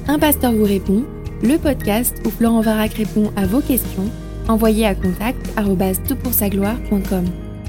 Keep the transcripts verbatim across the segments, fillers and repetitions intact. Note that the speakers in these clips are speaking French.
Un pasteur vous répond, le podcast où Florent Varac répond à vos questions, envoyez à contact arobase tout pour sa gloire point com.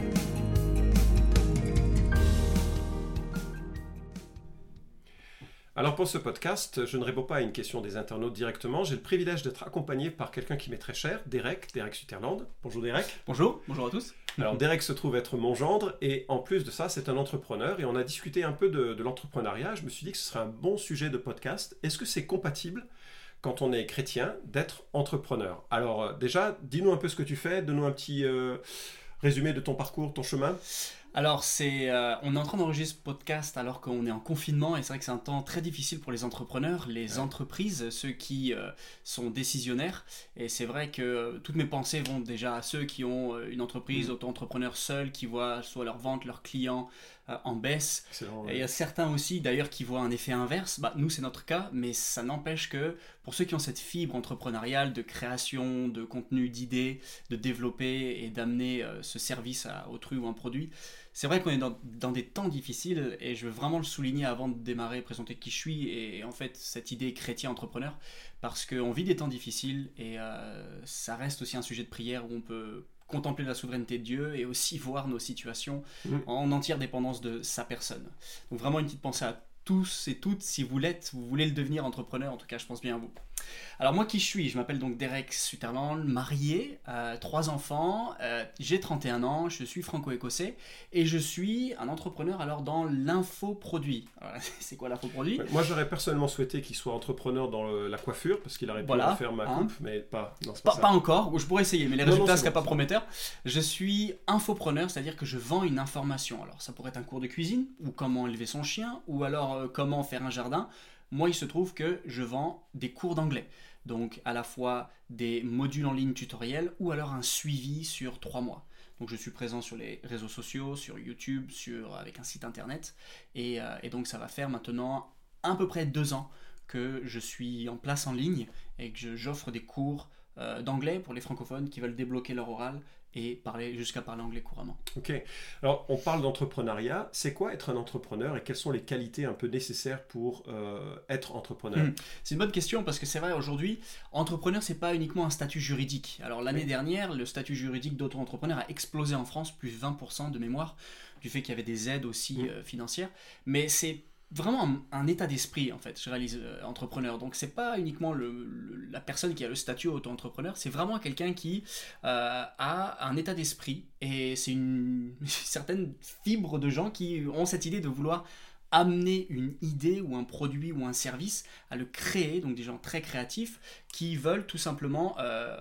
Alors pour ce podcast, je ne réponds pas à une question des internautes directement. J'ai le privilège d'être accompagné par quelqu'un qui m'est très cher, Derek, Derek Sutherland. Bonjour Derek. Bonjour, bonjour à tous. Alors Derek se trouve être mon gendre et en plus de ça, c'est un entrepreneur et on a discuté un peu de, de l'entrepreneuriat. Je me suis dit que ce serait un bon sujet de podcast. Est-ce que c'est compatible quand on est chrétien d'être entrepreneur? Alors euh, déjà, dis-nous un peu ce que tu fais, donne-nous un petit euh, résumé de ton parcours, ton chemin. Alors, c'est, euh, on est en train d'enregistrer ce podcast alors qu'on est en confinement et c'est vrai que c'est un temps très difficile pour les entrepreneurs, les ouais. entreprises, ceux qui euh, sont décisionnaires. Et c'est vrai que euh, toutes mes pensées vont déjà à ceux qui ont euh, une entreprise, mmh. auto-entrepreneurs seuls, qui voient soit leurs ventes, leurs clients euh, en baisse. Excellent, ouais. Et il y a certains aussi d'ailleurs qui voient un effet inverse. Bah, nous, c'est notre cas, mais ça n'empêche que pour ceux qui ont cette fibre entrepreneuriale de création, de contenu, d'idées, de développer et d'amener euh, ce service à autrui ou un produit, c'est vrai qu'on est dans, dans des temps difficiles et je veux vraiment le souligner avant de démarrer, présenter qui je suis et en fait cette idée chrétien-entrepreneur parce qu'on vit des temps difficiles et euh, ça reste aussi un sujet de prière où on peut contempler la souveraineté de Dieu et aussi voir nos situations mmh. en entière dépendance de sa personne. Donc vraiment une petite pensée à tous et toutes, si vous l'êtes, vous voulez le devenir entrepreneur, en tout cas je pense bien à vous. Alors moi qui je suis, je m'appelle donc Derek Sutherland, marié, euh, trois enfants, euh, j'ai trente et un ans, je suis franco-écossais et je suis un entrepreneur alors dans l'infoproduit. Alors, c'est quoi l'infoproduit ? Ouais, moi j'aurais personnellement souhaité qu'il soit entrepreneur dans le, la coiffure parce qu'il aurait pu voilà, faire ma hein. coupe, mais pas, non, c'est pas, pas, ça. pas encore, je pourrais essayer, mais les non, résultats ne seraient bon. pas ça. prometteurs. Je suis infopreneur, c'est-à-dire que je vends une information. Alors ça pourrait être un cours de cuisine, ou comment élever son chien, ou alors euh, comment faire un jardin. Moi il se trouve que je vends des cours d'anglais. Donc à la fois des modules en ligne tutoriels ou alors un suivi sur trois mois. Donc je suis présent sur les réseaux sociaux, sur YouTube, sur, avec un site internet. Et, euh, et donc ça va faire maintenant à peu près deux ans que je suis en place en ligne et que je, j'offre des cours euh, d'anglais pour les francophones qui veulent débloquer leur oral et parler, jusqu'à parler anglais couramment. Ok, alors on parle d'entrepreneuriat, c'est quoi être un entrepreneur et quelles sont les qualités un peu nécessaires pour euh, être entrepreneur ? Mmh. C'est une bonne question parce que c'est vrai aujourd'hui, entrepreneur c'est pas uniquement un statut juridique. Alors l'année oui. dernière, le statut juridique d'auto-entrepreneur a explosé en France, plus vingt pour cent de mémoire, du fait qu'il y avait des aides aussi mmh. euh, financières, mais c'est vraiment un, un état d'esprit en fait, je réalise euh, entrepreneur. Donc c'est pas uniquement le, le, la personne qui a le statut auto-entrepreneur, c'est vraiment quelqu'un qui euh, a un état d'esprit et c'est une, une certaine fibre de gens qui ont cette idée de vouloir amener une idée ou un produit ou un service à le créer, donc des gens très créatifs qui veulent tout simplement euh,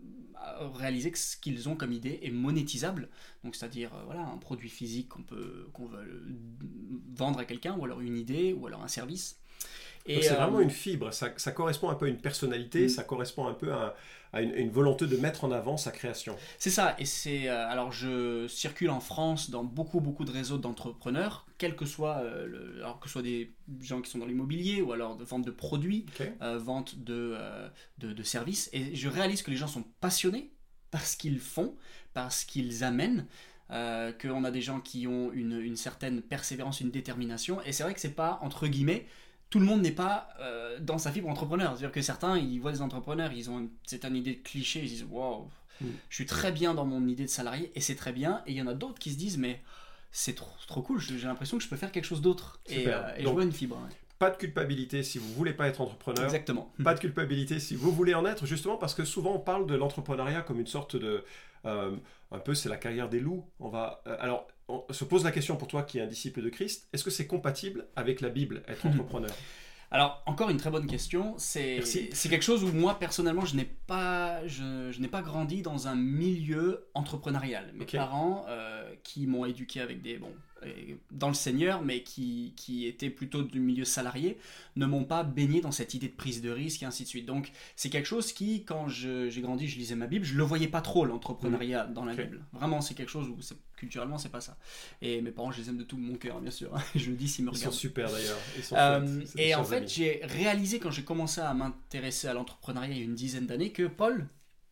réaliser que ce qu'ils ont comme idée est monétisable, donc c'est-à-dire euh, voilà, un produit physique qu'on peut qu'on veut vendre à quelqu'un ou alors une idée ou alors un service. Et donc c'est euh, vraiment une fibre, ça, ça correspond un peu à une personnalité, mmh. ça correspond un peu à, à une, une volonté de mettre en avant sa création. C'est ça, et c'est euh, alors je circule en France dans beaucoup beaucoup de réseaux d'entrepreneurs, quel que soit euh, le, alors que ce soit des gens qui sont dans l'immobilier ou alors de vente de produits, okay. euh, vente de, euh, de de services, et je réalise que les gens sont passionnés par ce qu'ils font, par ce qu'ils amènent. Euh, qu'on a des gens qui ont une, une certaine persévérance, une détermination, et c'est vrai que c'est pas entre guillemets. Tout le monde n'est pas euh, dans sa fibre entrepreneur. C'est-à-dire que certains, ils voient des entrepreneurs, ils ont une, c'est une idée de cliché, ils disent « Wow, mm. je suis très bien dans mon idée de salarié » et c'est très bien. Et il y en a d'autres qui se disent « Mais c'est trop, trop cool, j'ai l'impression que je peux faire quelque chose d'autre. » Et, euh, et je vois une fibre. Ouais. Pas de culpabilité si vous ne voulez pas être entrepreneur. Exactement. Pas de culpabilité si vous voulez en être, justement parce que souvent on parle de l'entrepreneuriat comme une sorte de... Euh, un peu, c'est la carrière des loups. On va, euh, alors, on se pose la question pour toi qui es un disciple de Christ, est-ce que c'est compatible avec la Bible, être entrepreneur ? Alors, encore une très bonne question. C'est, c'est quelque chose où moi, personnellement, je n'ai pas, je, je n'ai pas grandi dans un milieu entrepreneurial. Mes okay. parents, euh, qui m'ont éduqué avec des... Bon, dans le Seigneur, mais qui, qui étaient plutôt du milieu salarié, ne m'ont pas baigné dans cette idée de prise de risque et ainsi de suite. Donc, c'est quelque chose qui, quand je, j'ai grandi, je lisais ma Bible, je ne le voyais pas trop, l'entrepreneuriat mmh. dans la okay. Bible. Vraiment, c'est quelque chose où, c'est, culturellement, c'est pas ça. Et mes parents, je les aime de tout mon cœur, bien sûr. Je le dis s'ils me regardent. Ils sont super, d'ailleurs. Ils sont euh, et en fait, amis. J'ai réalisé, quand j'ai commencé à m'intéresser à l'entrepreneuriat il y a une dizaine d'années, que Paul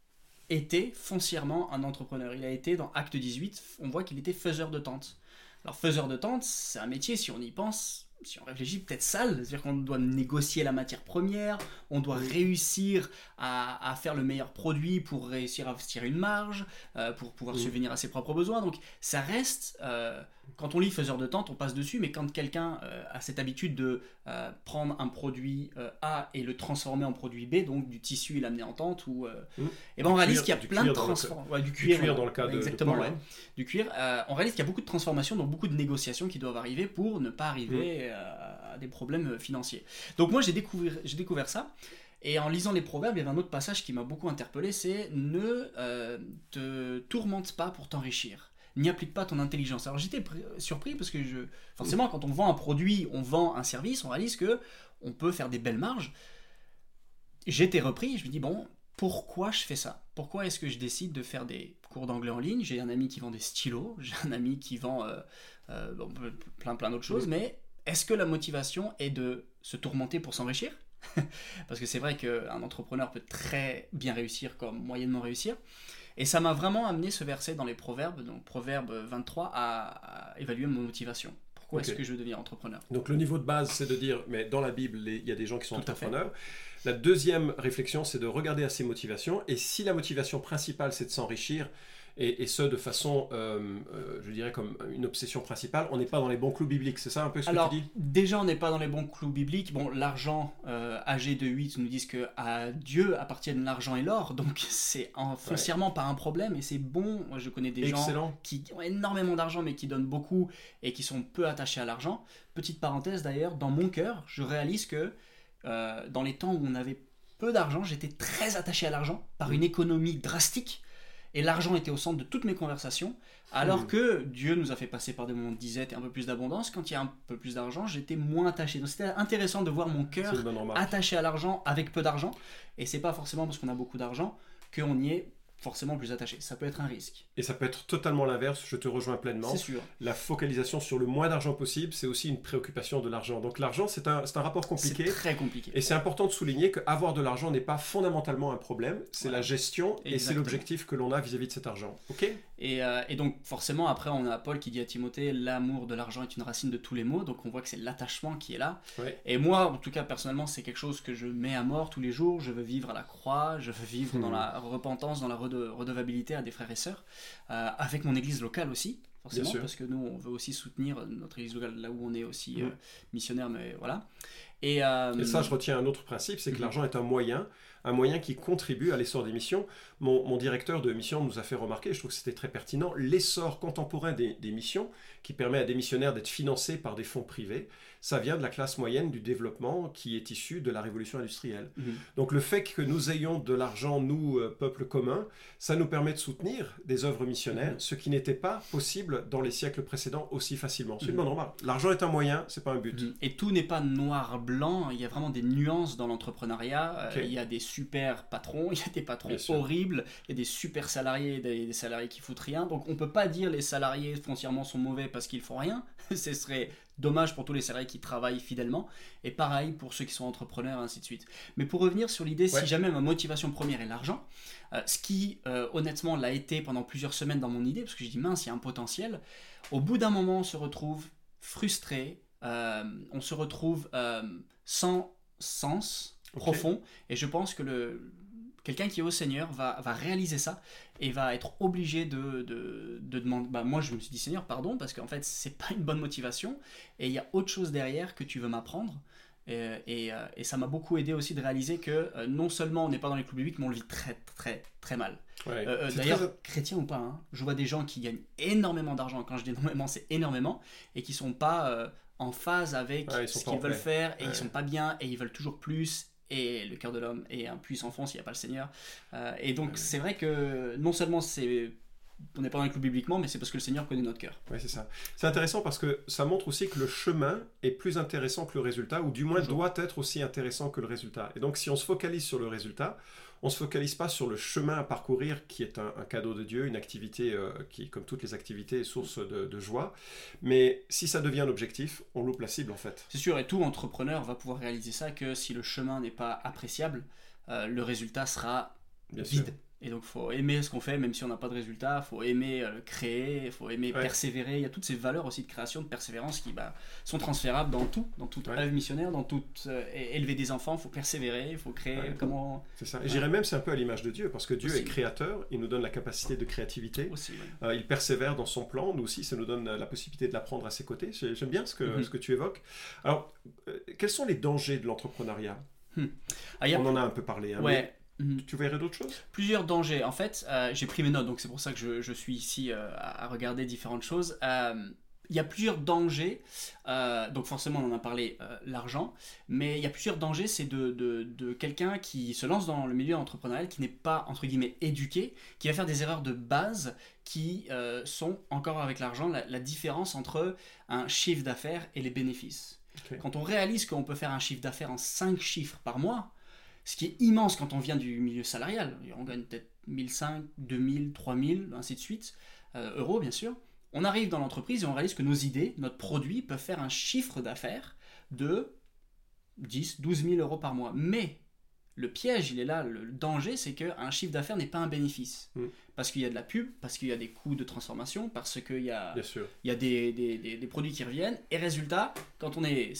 était foncièrement un entrepreneur. Il a été, dans Acte dix-huit, on voit qu'il était faiseur de tentes. Alors, faiseur de tentes, c'est un métier, si on y pense, si on réfléchit, peut-être sale. C'est-à-dire qu'on doit négocier la matière première, on doit réussir à, à faire le meilleur produit pour réussir à tirer une marge, euh, pour pouvoir mmh. subvenir à ses propres besoins. Donc ça reste... Euh, quand on lit Faiseur de Tentes, on passe dessus, mais quand quelqu'un euh, a cette habitude de euh, prendre un produit euh, A et le transformer en produit B, donc du tissu et l'amener en tente, ou, euh, mmh. et ben on réalise qu'il y a plein de transformations. Ouais, du cuir, du cuir dans le cas de, exactement, de ouais. Du cuir. Euh, on réalise qu'il y a beaucoup de transformations, donc beaucoup de négociations qui doivent arriver pour ne pas arriver mmh. à, à des problèmes financiers. Donc moi, j'ai découvert, j'ai découvert ça. Et en lisant les proverbes, il y avait un autre passage qui m'a beaucoup interpellé, c'est « Ne euh, te tourmente pas pour t'enrichir ». N'y applique pas ton intelligence. Alors j'étais pr- surpris parce que je, forcément quand on vend un produit, on vend un service, on réalise que on peut faire des belles marges. J'étais repris, je me dis bon, pourquoi je fais ça ? Pourquoi est-ce que je décide de faire des cours d'anglais en ligne ? J'ai un ami qui vend des stylos, j'ai un ami qui vend euh, euh, bon, plein plein d'autres choses, mais est-ce que la motivation est de se tourmenter pour s'enrichir ? Parce que c'est vrai qu'un entrepreneur peut très bien réussir comme moyennement réussir. Et ça m'a vraiment amené ce verset dans les proverbes, donc proverbe vingt-trois, à, à évaluer mon motivation. Pourquoi okay. est-ce que je veux devenir entrepreneur ? Donc le niveau de base, c'est de dire, mais dans la Bible, il y a des gens qui sont Tout entrepreneurs. La deuxième réflexion, c'est de regarder à ses motivations. Et si la motivation principale, c'est de s'enrichir, et, et ce, de façon, euh, euh, je dirais, comme une obsession principale, on n'est pas dans les bons clous bibliques. C'est ça un peu ce Alors, que tu dis ? Déjà, on n'est pas dans les bons clous bibliques. Bon, l'argent, euh, A G deux huit nous disent qu'à Dieu appartiennent l'argent et l'or. Donc, c'est en, foncièrement ouais. pas un problème. Et c'est bon. Moi, je connais des Excellent. gens qui ont énormément d'argent, mais qui donnent beaucoup et qui sont peu attachés à l'argent. Petite parenthèse d'ailleurs, dans mon cœur, je réalise que euh, dans les temps où on avait peu d'argent, j'étais très attaché à l'argent par une économie drastique. Et l'argent était au centre de toutes mes conversations, alors mmh. que Dieu nous a fait passer par des moments de disette et un peu plus d'abondance. Quand il y a un peu plus d'argent, j'étais moins attaché. Donc c'était intéressant de voir mon cœur attaché à l'argent avec peu d'argent. Et c'est pas forcément parce qu'on a beaucoup d'argent qu'on y est forcément plus attaché. Ça peut être un risque. Et ça peut être totalement l'inverse, je te rejoins pleinement. C'est sûr. La focalisation sur le moins d'argent possible, c'est aussi une préoccupation de l'argent. Donc l'argent, c'est un, c'est un rapport compliqué. C'est très compliqué. Et c'est important de souligner qu'avoir de l'argent n'est pas fondamentalement un problème, c'est voilà. la gestion Exactement. Et c'est l'objectif que l'on a vis-à-vis de cet argent. Ok ? Et, euh, et donc forcément, après, on a Paul qui dit à Timothée, l'amour de l'argent est une racine de tous les maux. Donc on voit que c'est l'attachement qui est là. Ouais. Et moi, en tout cas, personnellement, c'est quelque chose que je mets à mort tous les jours. Je veux vivre à la croix, je veux vivre mmh. dans la repentance, dans la rede- redevabilité à des frères et sœurs, euh, avec mon église locale aussi, forcément, parce que nous, on veut aussi soutenir notre église locale là où on est aussi mmh. euh, missionnaire, mais voilà. Et, euh... et ça, je retiens un autre principe, c'est que mmh. l'argent est un moyen, un moyen qui contribue à l'essor des missions. Mon, mon directeur de mission nous a fait remarquer, je trouve que c'était très pertinent, l'essor contemporain des, des missions, qui permet à des missionnaires d'être financés par des fonds privés, ça vient de la classe moyenne du développement qui est issue de la révolution industrielle. Mmh. Donc le fait que nous ayons de l'argent, nous, euh, peuple commun, ça nous permet de soutenir des œuvres missionnaires, mmh. ce qui n'était pas possible dans les siècles précédents aussi facilement. C'est mmh. une bonne remarque. L'argent est un moyen, c'est pas un but. Mmh. Et tout n'est pas noir-blanc, il y a vraiment des nuances dans l'entrepreneuriat. Okay. Euh, il y a des super patrons, il y a des patrons horribles, il y a des super salariés, des, des salariés qui foutent rien. Donc on peut pas dire les salariés foncièrement sont mauvais parce qu'ils font rien. Ce serait dommage pour tous les salariés qui travaillent fidèlement. Et pareil pour ceux qui sont entrepreneurs, et ainsi de suite. Mais pour revenir sur l'idée, ouais. si jamais ma motivation première est l'argent, euh, ce qui euh, honnêtement l'a été pendant plusieurs semaines dans mon idée, parce que je dis mince, il y a un potentiel. Au bout d'un moment, on se retrouve frustré, euh, on se retrouve euh, sans sens okay. profond. Et je pense que le... quelqu'un qui est au Seigneur va, va réaliser ça et va être obligé de, de, de demander... Bah, moi, je me suis dit Seigneur, pardon, parce qu'en fait, c'est pas une bonne motivation et il y a autre chose derrière que tu veux m'apprendre. Et, et, et ça m'a beaucoup aidé aussi de réaliser que euh, non seulement on n'est pas dans les clous bibliques, mais on le vit très, très, très mal. Ouais, euh, d'ailleurs, très... chrétien ou pas, hein, je vois des gens qui gagnent énormément d'argent. Quand je dis énormément, c'est énormément. Et qui sont pas euh, en phase avec ouais, ce qu'ils veulent faire. Et ouais. ils sont pas bien et ils veulent toujours plus. Et le cœur de l'homme est un puits sans fond s'il n'y a pas le Seigneur. Euh, et donc, ouais. c'est vrai que non seulement c'est... on n'est pas dans les clous bibliquement, mais c'est parce que le Seigneur connaît notre cœur. Oui, c'est ça. C'est intéressant parce que ça montre aussi que le chemin est plus intéressant que le résultat, ou du moins Toujours. doit être aussi intéressant que le résultat. Et donc, si on se focalise sur le résultat, on ne se focalise pas sur le chemin à parcourir, qui est un, un cadeau de Dieu, une activité euh, qui, comme toutes les activités, est source de, de joie. Mais si ça devient l'objectif, on loupe la cible, en fait. C'est sûr, et tout entrepreneur va pouvoir réaliser ça, que si le chemin n'est pas appréciable, euh, le résultat sera Bien vide. Sûr. Et donc, il faut aimer ce qu'on fait, même si on n'a pas de résultat. Il faut aimer euh, créer, il faut aimer ouais. persévérer. Il y a toutes ces valeurs aussi de création, de persévérance qui bah, sont transférables dans tout, dans toute ouais. œuvre missionnaire, dans tout euh, élever des enfants. Il faut persévérer, il faut créer. Ouais. Comment... C'est ça. Et ouais. je dirais même c'est un peu à l'image de Dieu, parce que Dieu aussi. Est créateur, il nous donne la capacité de créativité. Aussi, ouais. euh, il persévère dans son plan. Nous aussi, ça nous donne la possibilité de l'apprendre à ses côtés. J'aime bien ce que, mm-hmm. ce que tu évoques. Alors, euh, quels sont les dangers de l'entrepreneuriat hmm. ah, a... On en a un peu parlé. Hein, ouais. mais... Tu verrais d'autres choses ? Plusieurs dangers. En fait, euh, j'ai pris mes notes, donc c'est pour ça que je, je suis ici euh, à regarder différentes choses. Euh, il y a plusieurs dangers. Euh, donc forcément, on en a parlé, euh, l'argent. Mais il y a plusieurs dangers. C'est de, de, de quelqu'un qui se lance dans le milieu entrepreneurial, qui n'est pas, entre guillemets, éduqué, qui va faire des erreurs de base qui euh, sont, encore avec l'argent, la, la différence entre un chiffre d'affaires et les bénéfices. Okay. Quand on réalise qu'on peut faire un chiffre d'affaires en cinq chiffres par mois, ce qui est immense quand on vient du milieu salarial, on gagne peut-être mille cinq cents, deux mille, trois mille, ainsi de suite, euh, euros bien sûr. On arrive dans l'entreprise et on réalise que nos idées, notre produit peuvent faire un chiffre d'affaires de dix, douze mille euros par mois. Mais le piège, il est là, le danger, c'est qu'un chiffre d'affaires n'est pas un bénéfice. Mmh. Parce qu'il y a de la pub, parce qu'il y a des coûts de transformation, parce qu'il y a, il y a des, des, des, des produits qui reviennent. Et résultat, quand on est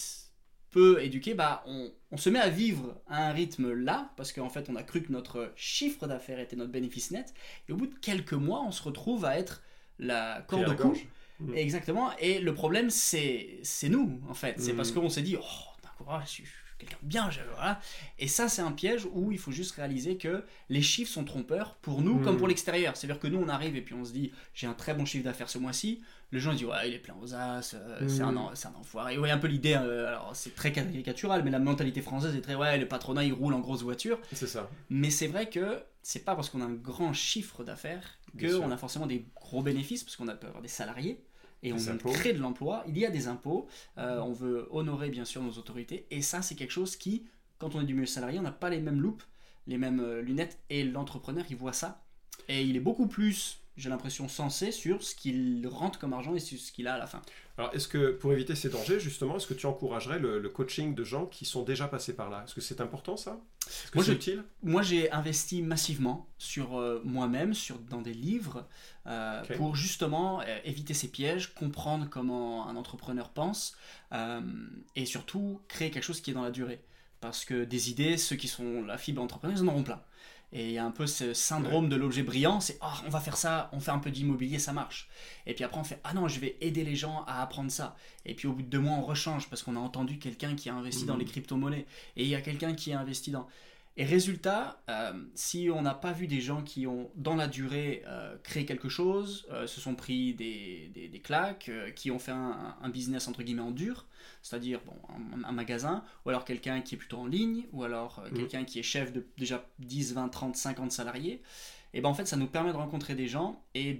peu éduqué, bah, on, on se met à vivre à un rythme là, parce qu'en fait, on a cru que notre chiffre d'affaires était notre bénéfice net. Et au bout de quelques mois, on se retrouve à être la corde au cou. Mmh. Exactement. Et le problème, c'est, c'est nous, en fait. C'est mmh. parce qu'on s'est dit, oh, d'accord, je suis quelqu'un de bien, je, voilà. Et ça, c'est un piège où il faut juste réaliser que les chiffres sont trompeurs pour nous mmh. comme pour l'extérieur. C'est-à-dire que nous, on arrive et puis on se dit, j'ai un très bon chiffre d'affaires ce mois-ci. Les gens disent, ouais, il est plein aux as, euh, mmh. c'est, un, c'est un enfoiré. Ouais, un peu l'idée, euh, alors c'est très caricatural, mais la mentalité française est très, ouais, le patronat, il roule en grosse voiture. C'est ça. Mais c'est vrai que c'est pas parce qu'on a un grand chiffre d'affaires qu'on a forcément des gros bénéfices, parce qu'on a peut avoir des salariés. Et on crée de l'emploi, il y a des impôts, euh, on veut honorer bien sûr nos autorités, et ça c'est quelque chose qui, quand on est du milieu salarié, on n'a pas les mêmes loupes, les mêmes euh, lunettes, et l'entrepreneur il voit ça, et il est beaucoup plus, j'ai l'impression, sensé sur ce qu'il rentre comme argent et sur ce qu'il a à la fin. Alors est-ce que, pour éviter ces dangers justement, est-ce que tu encouragerais le, le coaching de gens qui sont déjà passés par là ? Est-ce que c'est important ça ? Est-ce que moi, c'est utile ? Moi j'ai investi massivement sur euh, moi-même, sur, dans des livres, euh, okay. pour justement euh, éviter ces pièges, comprendre comment un entrepreneur pense, euh, et surtout créer quelque chose qui est dans la durée. Parce que des idées, ceux qui sont la fibre entrepreneur, ils en auront plein. Et il y a un peu ce syndrome ouais. de l'objet brillant, c'est oh, on va faire ça, on fait un peu d'immobilier, ça marche. Et puis après on fait ah non, je vais aider les gens à apprendre ça. Et puis au bout de deux mois on rechange parce qu'on a entendu quelqu'un qui a investi mmh. dans les crypto-monnaies et il y a quelqu'un qui a investi dans. Et résultat, euh, si on n'a pas vu des gens qui ont dans la durée euh, créé quelque chose, euh, se sont pris des, des, des claques, euh, qui ont fait un, un business entre guillemets en dur, c'est-à-dire bon, un, un magasin, ou alors quelqu'un qui est plutôt en ligne, ou alors euh, mmh. quelqu'un qui est chef de déjà dix, vingt, trente, cinquante salariés, et ben en fait ça nous permet de rencontrer des gens et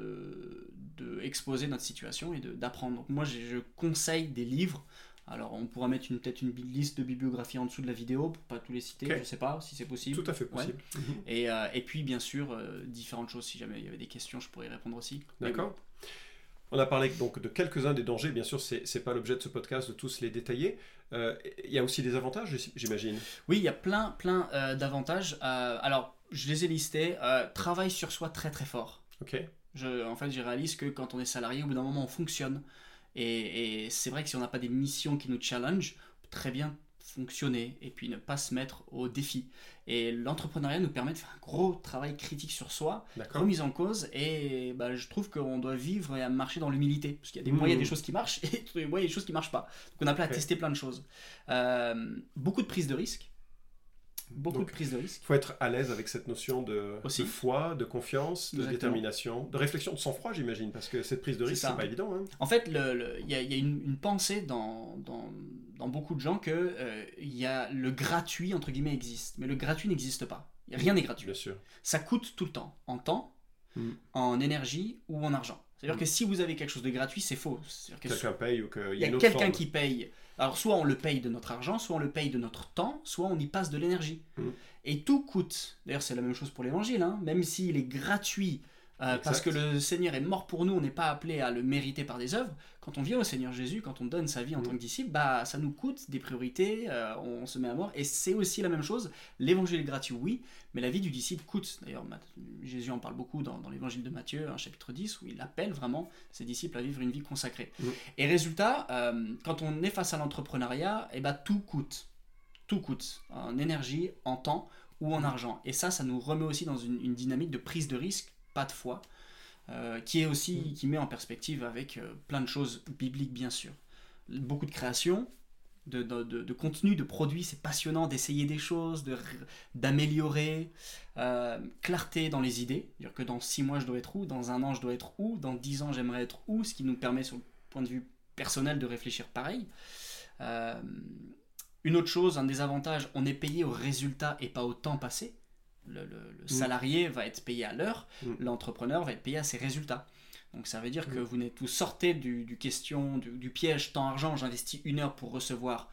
de, de exposer notre situation et de, d'apprendre. Donc moi je, je conseille des livres. Alors, on pourra mettre une, peut-être une liste de bibliographies en dessous de la vidéo pour pas tous les citer, okay. je ne sais pas si c'est possible. Tout à fait possible. Ouais. Mm-hmm. Et, euh, et puis, bien sûr, euh, différentes choses. Si jamais il y avait des questions, je pourrais y répondre aussi. D'accord. On a parlé donc de quelques-uns des dangers. Bien sûr, ce n'est pas l'objet de ce podcast de tous les détailler. Euh, il y a aussi des avantages, j'imagine. Oui, il y a plein, plein euh, d'avantages. Euh, alors, je les ai listés. Euh, travail sur soi très, très fort. Ok. Je, en fait, je réalise que quand on est salarié, au bout d'un moment, on fonctionne. Et, et c'est vrai que si on n'a pas des missions qui nous challenge, on peut très bien fonctionner et puis ne pas se mettre au défi. Et l'entrepreneuriat nous permet de faire un gros travail critique sur soi, D'accord. remise en cause, et bah, je trouve qu'on doit vivre et marcher dans l'humilité, parce qu'il y a des mmh. mois, il y a des choses qui marchent, et des mois, il y a des choses qui ne marchent pas. Donc on a appelé à okay. tester plein de choses. Euh, beaucoup de prise de risque. Beaucoup Donc, de prise de risque. Il faut être à l'aise avec cette notion de, de foi, de confiance, de Exactement. détermination, de réflexion, de sang-froid, j'imagine, parce que cette prise de risque, c'est, c'est pas évident. Hein. En fait, il le, le, y, y a une, une pensée dans, dans, dans beaucoup de gens que euh, y a le gratuit, entre guillemets, existe. Mais le gratuit n'existe pas. Rien n'est gratuit. Bien sûr. Ça coûte tout le temps, en temps, mm. en énergie ou en argent. C'est-à-dire mm. que si vous avez quelque chose de gratuit, c'est faux. C'est-à-dire que quelqu'un paye ou qu'il y a, y a quelqu'un forme. qui paye. Alors, soit on le paye de notre argent, soit on le paye de notre temps, soit on y passe de l'énergie. Mm. Et tout coûte. D'ailleurs, c'est la même chose pour l'évangile. Hein. Même s'il est gratuit Euh, parce que le Seigneur est mort pour nous, on n'est pas appelé à le mériter par des œuvres. Quand on vient au Seigneur Jésus, quand on donne sa vie en mmh. tant que disciple, bah, ça nous coûte des priorités, euh, on se met à mort. Et c'est aussi la même chose, l'évangile est gratuit, oui, mais la vie du disciple coûte. D'ailleurs, Jésus en parle beaucoup dans, dans l'évangile de Matthieu, un chapitre dix, où il appelle vraiment ses disciples à vivre une vie consacrée. Mmh. Et résultat, euh, quand on est face à l'entrepreneuriat, eh bah, tout coûte. Tout coûte, en énergie, en temps ou en mmh. argent. Et ça, ça nous remet aussi dans une, une dynamique de prise de risque, pas de foi, euh, qui est aussi, mmh. qui met en perspective avec euh, plein de choses bibliques bien sûr. Beaucoup de création, de, de, de, de contenu, de produits, c'est passionnant d'essayer des choses, de, d'améliorer, euh, clarté dans les idées, c'est-à-dire que dans six mois je dois être où, dans un an je dois être où, dans dix ans j'aimerais être où, ce qui nous permet sur le point de vue personnel de réfléchir pareil. Euh, une autre chose, un désavantage, on est payé au résultat et pas au temps passé. Le, le, le salarié mmh. va être payé à l'heure, mmh. l'entrepreneur va être payé à ses résultats. Donc ça veut dire mmh. que vous, vous sortez du, du question, du, du piège temps-argent, j'investis une heure pour recevoir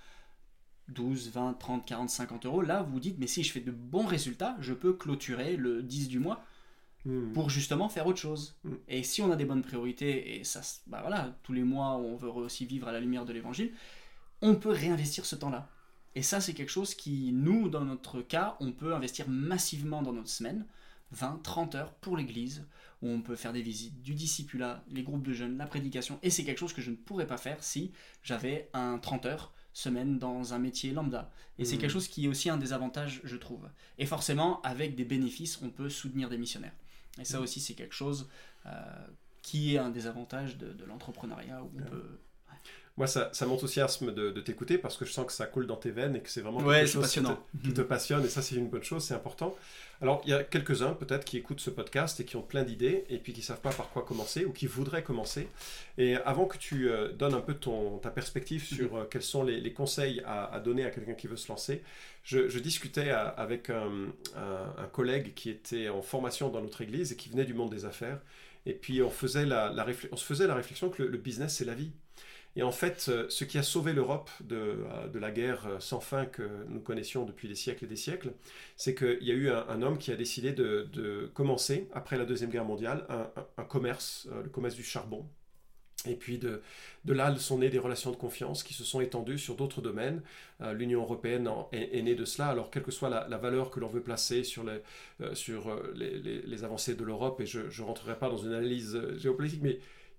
douze, vingt, trente, quarante, cinquante euros. Là, vous vous dites, mais si je fais de bons résultats, je peux clôturer le dix du mois mmh. pour justement faire autre chose. Mmh. Et si on a des bonnes priorités, et ça, bah voilà, tous les mois, on veut aussi vivre à la lumière de l'évangile, on peut réinvestir ce temps-là. Et ça, c'est quelque chose qui, nous, dans notre cas, on peut investir massivement dans notre semaine, vingt, trente heures pour l'église, où on peut faire des visites, du discipulat, les groupes de jeunes, la prédication. Et c'est quelque chose que je ne pourrais pas faire si j'avais un trente heures semaine dans un métier lambda. Et mmh. c'est quelque chose qui est aussi un des avantages, je trouve. Et forcément, avec des bénéfices, on peut soutenir des missionnaires. Et ça mmh. aussi, c'est quelque chose euh, qui est un des avantages de, de l'entrepreneuriat, où on mmh. peut... Moi, ça, ça m'enthousiasme de, de t'écouter parce que je sens que ça coule dans tes veines et que c'est vraiment quelque ouais, chose qui te, qui te passionne. Et ça, c'est une bonne chose, c'est important. Alors, il y a quelques-uns peut-être qui écoutent ce podcast et qui ont plein d'idées et puis qui ne savent pas par quoi commencer ou qui voudraient commencer. Et avant que tu euh, donnes un peu ton, ta perspective sur euh, quels sont les, les conseils à, à donner à quelqu'un qui veut se lancer, je, je discutais à, avec un, un, un collègue qui était en formation dans notre église et qui venait du monde des affaires. Et puis, on, faisait la, la réfl- on se faisait la réflexion que le, le business, c'est la vie. Et en fait, ce qui a sauvé l'Europe de, de la guerre sans fin que nous connaissions depuis des siècles et des siècles, c'est qu'il y a eu un, un homme qui a décidé de, de commencer, après la Deuxième Guerre mondiale, un, un, un commerce, le commerce du charbon. Et puis de, de là sont nées des relations de confiance qui se sont étendues sur d'autres domaines. Euh, L'Union européenne en, est, est née de cela. Alors quelle que soit la, la valeur que l'on veut placer sur les, euh, sur les, les, les avancées de l'Europe, et je ne rentrerai pas dans une analyse géopolitique, mais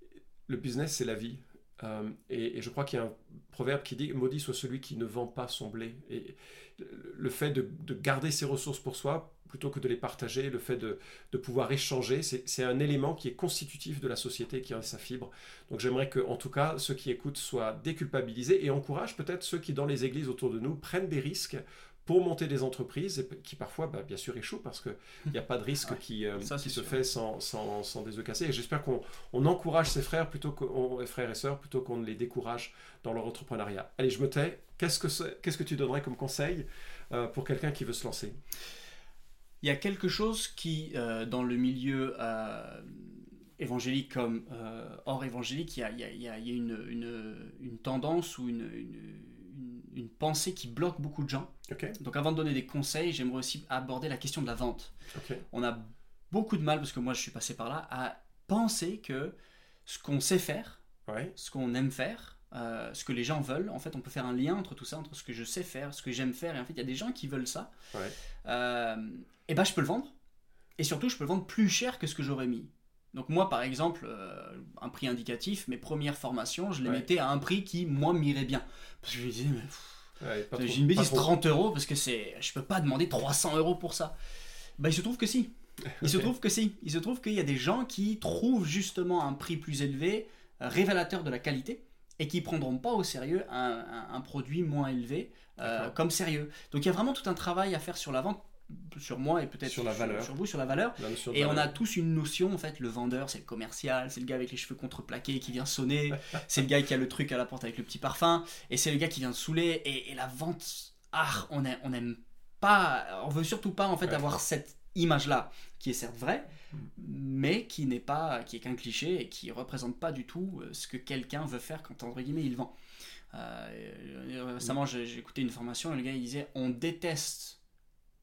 le business, c'est la vie. Euh, et, et je crois qu'il y a un proverbe qui dit « Maudit soit celui qui ne vend pas son blé ». Et le fait de, de garder ses ressources pour soi, plutôt que de les partager, le fait de, de pouvoir échanger, c'est un élément qui est constitutif de la société, qui a sa fibre. Donc j'aimerais que, en tout cas, ceux qui écoutent soient déculpabilisés et encouragent peut-être ceux qui, dans les églises autour de nous, prennent des risques pour monter des entreprises et qui parfois, bah, bien sûr, échouent parce qu'il n'y a pas de risque ouais, qui, euh, qui se fait sans, sans, sans des œufs cassés. Et j'espère qu'on on encourage ses frères, plutôt qu'on, frères et sœurs plutôt qu'on ne les décourage dans leur entrepreneuriat. Allez, je me tais. Qu'est-ce que, qu'est-ce que tu donnerais comme conseil euh, pour quelqu'un qui veut se lancer ? Il y a quelque chose qui, euh, dans le milieu euh, évangélique comme euh, hors évangélique, il y a, il y a, il y a une, une, une tendance ou une... une une pensée qui bloque beaucoup de gens. Okay. Donc avant de donner des conseils, j'aimerais aussi aborder la question de la vente. Okay. On a beaucoup de mal, parce que moi je suis passé par là, à penser que ce qu'on sait faire, ouais. ce qu'on aime faire, euh, ce que les gens veulent, en fait on peut faire un lien entre tout ça, entre ce que je sais faire, ce que j'aime faire, et en fait il y a des gens qui veulent ça, ouais. euh, et ben je peux le vendre, et surtout je peux le vendre plus cher que ce que j'aurais mis. Donc moi, par exemple, euh, un prix indicatif, mes premières formations, je les ouais. mettais à un prix qui, moi, m'irait bien. Parce que je me disais, mais pff, ouais, pas j'ai une bêtise, trente euros, parce que c'est, je peux pas demander trois cents euros pour ça. Bah, il se trouve que si. Il se trouve que si. Il se trouve qu'il y a des gens qui trouvent justement un prix plus élevé, révélateur de la qualité, et qui prendront pas au sérieux un, un, un produit moins élevé euh, comme sérieux. Donc il y a vraiment tout un travail à faire sur la vente, sur moi et peut-être sur, la valeur. sur, sur vous, sur la valeur. La et valeur. On a tous une notion, en fait, le vendeur, c'est le commercial, c'est le gars avec les cheveux contreplaqués qui vient sonner, c'est le gars qui a le truc à la porte avec le petit parfum, et c'est le gars qui vient te saouler, et, et la vente, ah, on n'aime on aime pas, on veut surtout pas, en fait, ouais. avoir cette image-là, qui est certes vraie, mm. mais qui n'est pas, qui est qu'un cliché, et qui représente pas du tout ce que quelqu'un veut faire quand, entre guillemets, il vend. Euh, récemment, j'ai, j'ai écouté une formation, et le gars, il disait, on déteste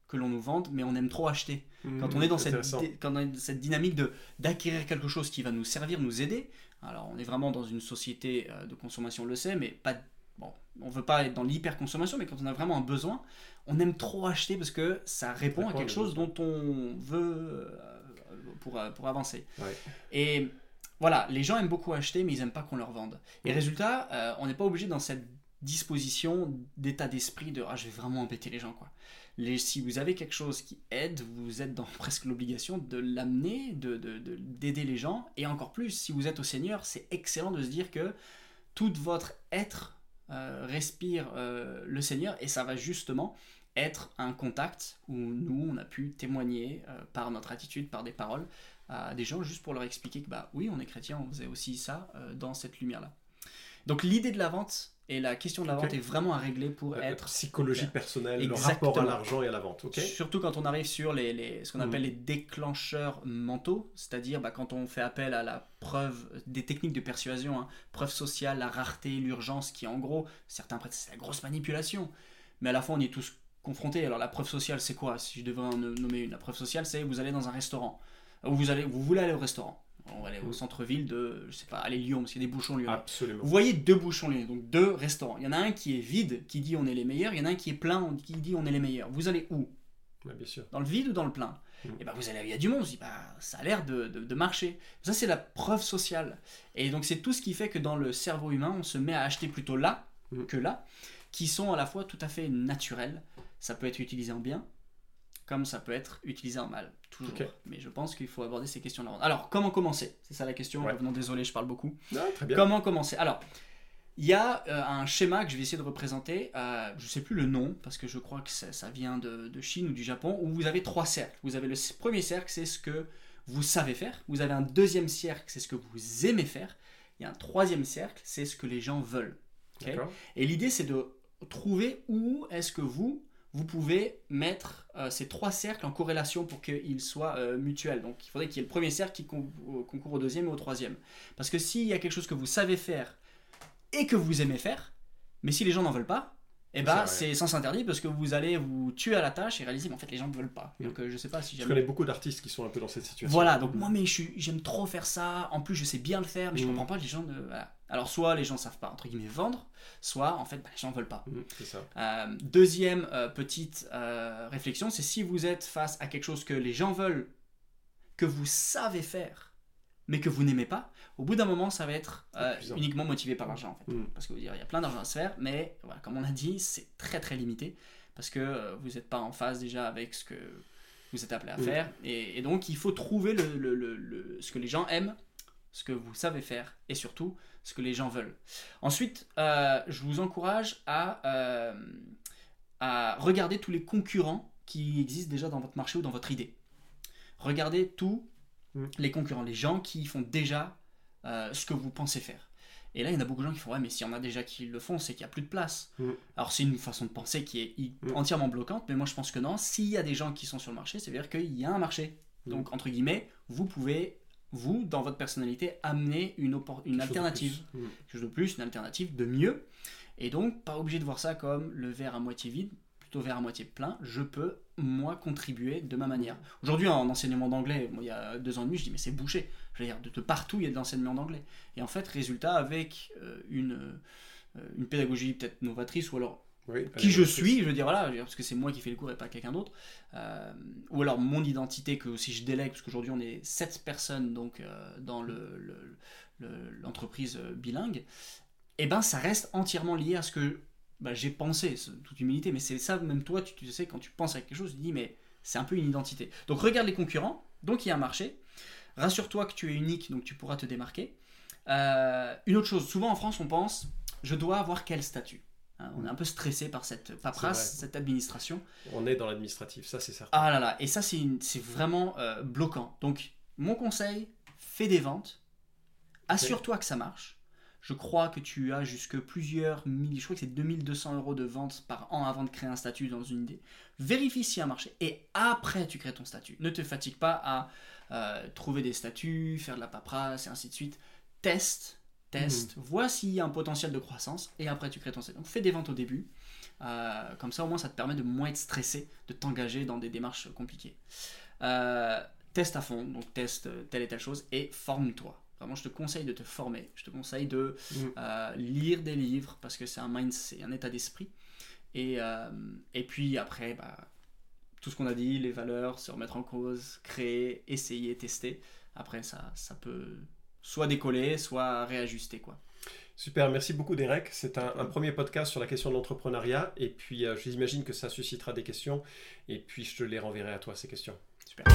que l'on nous vende, mais on aime trop acheter. Mmh, quand on est dans cette, dé- quand on est dans cette dynamique de, d'acquérir quelque chose qui va nous servir, nous aider, alors on est vraiment dans une société euh, de consommation, on le sait, mais pas, bon, on ne veut pas être dans l'hyper-consommation, mais quand on a vraiment un besoin, on aime trop acheter parce que ça répond à quelque chose dont on veut euh, pour, pour avancer. Ouais. Et voilà, les gens aiment beaucoup acheter, mais ils n'aiment pas qu'on leur vende. Et Mmh. résultat, euh, on n'est pas obligé dans cette disposition d'état d'esprit de ah, je vais vraiment embêter les gens, quoi. Les, si vous avez quelque chose qui aide, vous êtes dans presque l'obligation de l'amener, de, de, de, d'aider les gens. Et encore plus, si vous êtes au Seigneur, c'est excellent de se dire que tout votre être euh, respire euh, le Seigneur, et ça va justement être un contact où nous, on a pu témoigner euh, par notre attitude, par des paroles, à des gens, juste pour leur expliquer que bah oui, on est chrétien, on faisait aussi ça euh, dans cette lumière-là. Donc l'idée de la vente et la question de la vente Okay. est vraiment à régler pour La être... psychologie personnelle, Exactement. le rapport à l'argent et à la vente. ok Surtout quand on arrive sur les, les, ce qu'on appelle Mm. les déclencheurs mentaux, c'est-à-dire bah, quand on fait appel à la preuve, des techniques de persuasion, hein, preuve sociale, la rareté, l'urgence, qui en gros, certains prêtent, c'est la grosse manipulation, mais à la fois on y est tous confrontés. Alors la preuve sociale, c'est quoi? Si je devais en nommer une, la preuve sociale, c'est vous allez dans un restaurant, ou vous, allez, vous voulez aller au restaurant, on va aller au Mm. centre-ville de, je sais pas, aller Lyon, parce qu'il y a des bouchons lyonnais. Absolument. Vous voyez deux bouchons lyonnais, donc deux restaurants. Il y en a un qui est vide, qui dit on est les meilleurs, il y en a un qui est plein, qui dit on est les meilleurs. Vous allez où? Ouais, bien sûr. Dans le vide ou dans le plein? Mm. Et ben vous allez, il y a du monde, vous dites, bah, ça a l'air de, de, de marcher. Ça, c'est la preuve sociale. Et donc, c'est tout ce qui fait que dans le cerveau humain, on se met à acheter plutôt là Mm. que là, qui sont à la fois tout à fait naturels. Ça peut être utilisé en bien, comme ça peut être utilisé en mal, toujours. Ok. Mais je pense qu'il faut aborder ces questions-là. Alors, comment commencer? C'est ça la question. Ouais. Non, désolé, je parle beaucoup. Ah, très bien. Comment commencer? Alors, il y a euh, un schéma que je vais essayer de représenter, euh, je ne sais plus le nom, parce que je crois que ça, ça vient de, de Chine ou du Japon, où vous avez trois cercles. Vous avez le c- premier cercle, c'est ce que vous savez faire. Vous avez un deuxième cercle, c'est ce que vous aimez faire. Et un troisième cercle, c'est ce que les gens veulent. Ok. D'accord. Et l'idée, c'est de trouver où est-ce que vous, vous pouvez mettre euh, ces trois cercles en corrélation pour qu'ils soient euh, mutuels. Donc, il faudrait qu'il y ait le premier cercle qui con- euh, concourt au deuxième et au troisième. Parce que s'il y a quelque chose que vous savez faire et que vous aimez faire, mais si les gens n'en veulent pas, eh ben, C'est vrai. c'est sens interdit parce que vous allez vous tuer à la tâche et réaliser, mais en fait, les gens ne veulent pas. Mm. Donc, euh, je sais pas si Je jamais... connais beaucoup d'artistes qui sont un peu dans cette situation. Voilà, donc moi, mais je suis- j'aime trop faire ça. En plus, je sais bien le faire, mais je Mm. comprends pas les gens. De... Voilà. Alors, soit les gens savent pas, entre guillemets, vendre, soit, en fait, bah, les gens ne veulent pas. Mm, c'est ça. Euh, deuxième euh, petite euh, réflexion, c'est si vous êtes face à quelque chose que les gens veulent, que vous savez faire, mais que vous n'aimez pas, au bout d'un moment, ça va être euh, Épuisant. uniquement motivé par l'argent, en fait. Mm. Parce que vous dire, il y a plein d'argent à se faire, mais voilà, comme on a dit, c'est très très limité, parce que euh, vous n'êtes pas en phase déjà avec ce que vous êtes appelé à Mm. faire, et, et donc il faut trouver le, le- le- le- ce que les gens aiment, ce que vous savez faire, et surtout ce que les gens veulent. Ensuite, euh, je vous encourage à, euh, à regarder tous les concurrents qui existent déjà dans votre marché ou dans votre idée. Regardez tous Mm. les concurrents, les gens qui font déjà euh, ce que vous pensez faire. Et là, il y en a beaucoup de gens qui font ouais, mais s'il y en a déjà qui le font, c'est qu'il n'y a plus de place. Mm. Alors, c'est une façon de penser qui est i- Mm. entièrement bloquante, mais moi je pense que non. S'il y a des gens qui sont sur le marché, ça veut dire qu'il y a un marché. Mm. Donc, entre guillemets, vous pouvez, vous, dans votre personnalité, amener une, oppor- une Quelque chose de alternative. plus. Mm. Quelque chose de plus, une alternative de mieux. Et donc, pas obligé de voir ça comme le verre à moitié vide, plutôt verre à moitié plein. Je peux, moi, contribuer de ma manière. Aujourd'hui, en enseignement d'anglais, moi, il y a deux ans et demi, je dis, mais c'est bouché. Je veux dire, de, de partout, il y a de l'enseignement d'anglais. Et en fait, résultat, avec euh, une, euh, une pédagogie peut-être novatrice, ou alors Oui, qui je allez, suis, je veux dire, voilà, je veux dire, parce que c'est moi qui fais les cours et pas quelqu'un d'autre. Euh, ou alors mon identité que si je délègue, parce qu'aujourd'hui on est sept personnes donc, euh, dans le, le- le- l'entreprise euh, bilingue, et ben ça reste entièrement lié à ce que bah, j'ai pensé, c'est toute humilité, mais c'est ça, même toi, tu, tu sais, quand tu penses à quelque chose, tu te dis, mais c'est un peu une identité. Donc regarde les concurrents, donc il y a un marché, rassure-toi que tu es unique, donc tu pourras te démarquer. Euh, une autre chose, souvent en France on pense, je dois avoir quel statut? Hein, on est un peu stressé par cette paperasse, C'est vrai. cette administration. On est dans l'administratif, ça c'est certain. Ah là là, et ça c'est, une- c'est vraiment euh, bloquant. Donc mon conseil, fais des ventes, assure-toi que ça marche. Je crois que tu as jusque plusieurs milliers, je crois que c'est deux mille deux cents euros de vente par an avant de créer un statut dans une idée. Vérifie s'il y a un marché et après tu crées ton statut. Ne te fatigue pas à euh, trouver des statuts, faire de la paperasse et ainsi de suite. Teste teste, mmh. vois s'il y a un potentiel de croissance, et après tu crées ton site. Donc fais des ventes au début, euh, comme ça au moins ça te permet de moins être stressé, de t'engager dans des démarches compliquées. Euh, teste à fond, donc teste telle et telle chose, et forme-toi. Vraiment, je te conseille de te former, je te conseille de mmh. euh, lire des livres, parce que c'est un mindset, un état d'esprit. Et, euh, et puis après, bah, tout ce qu'on a dit, les valeurs, se remettre en cause, créer, essayer, tester. Après, ça, ça peut soit décoller, soit réajuster, quoi. Super, merci beaucoup Derek. C'est un, un premier podcast sur la question de l'entrepreneuriat. Et puis, euh, j'imagine que ça suscitera des questions. Et puis, je te les renverrai à toi, ces questions. Super.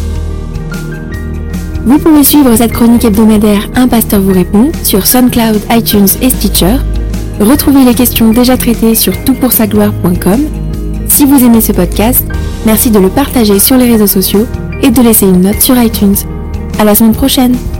Vous pouvez suivre cette chronique hebdomadaire Un Pasteur vous répond sur SoundCloud, iTunes et Stitcher. Retrouvez les questions déjà traitées sur tout pour sa gloire point com. Si vous aimez ce podcast, merci de le partager sur les réseaux sociaux et de laisser une note sur iTunes. À la semaine prochaine!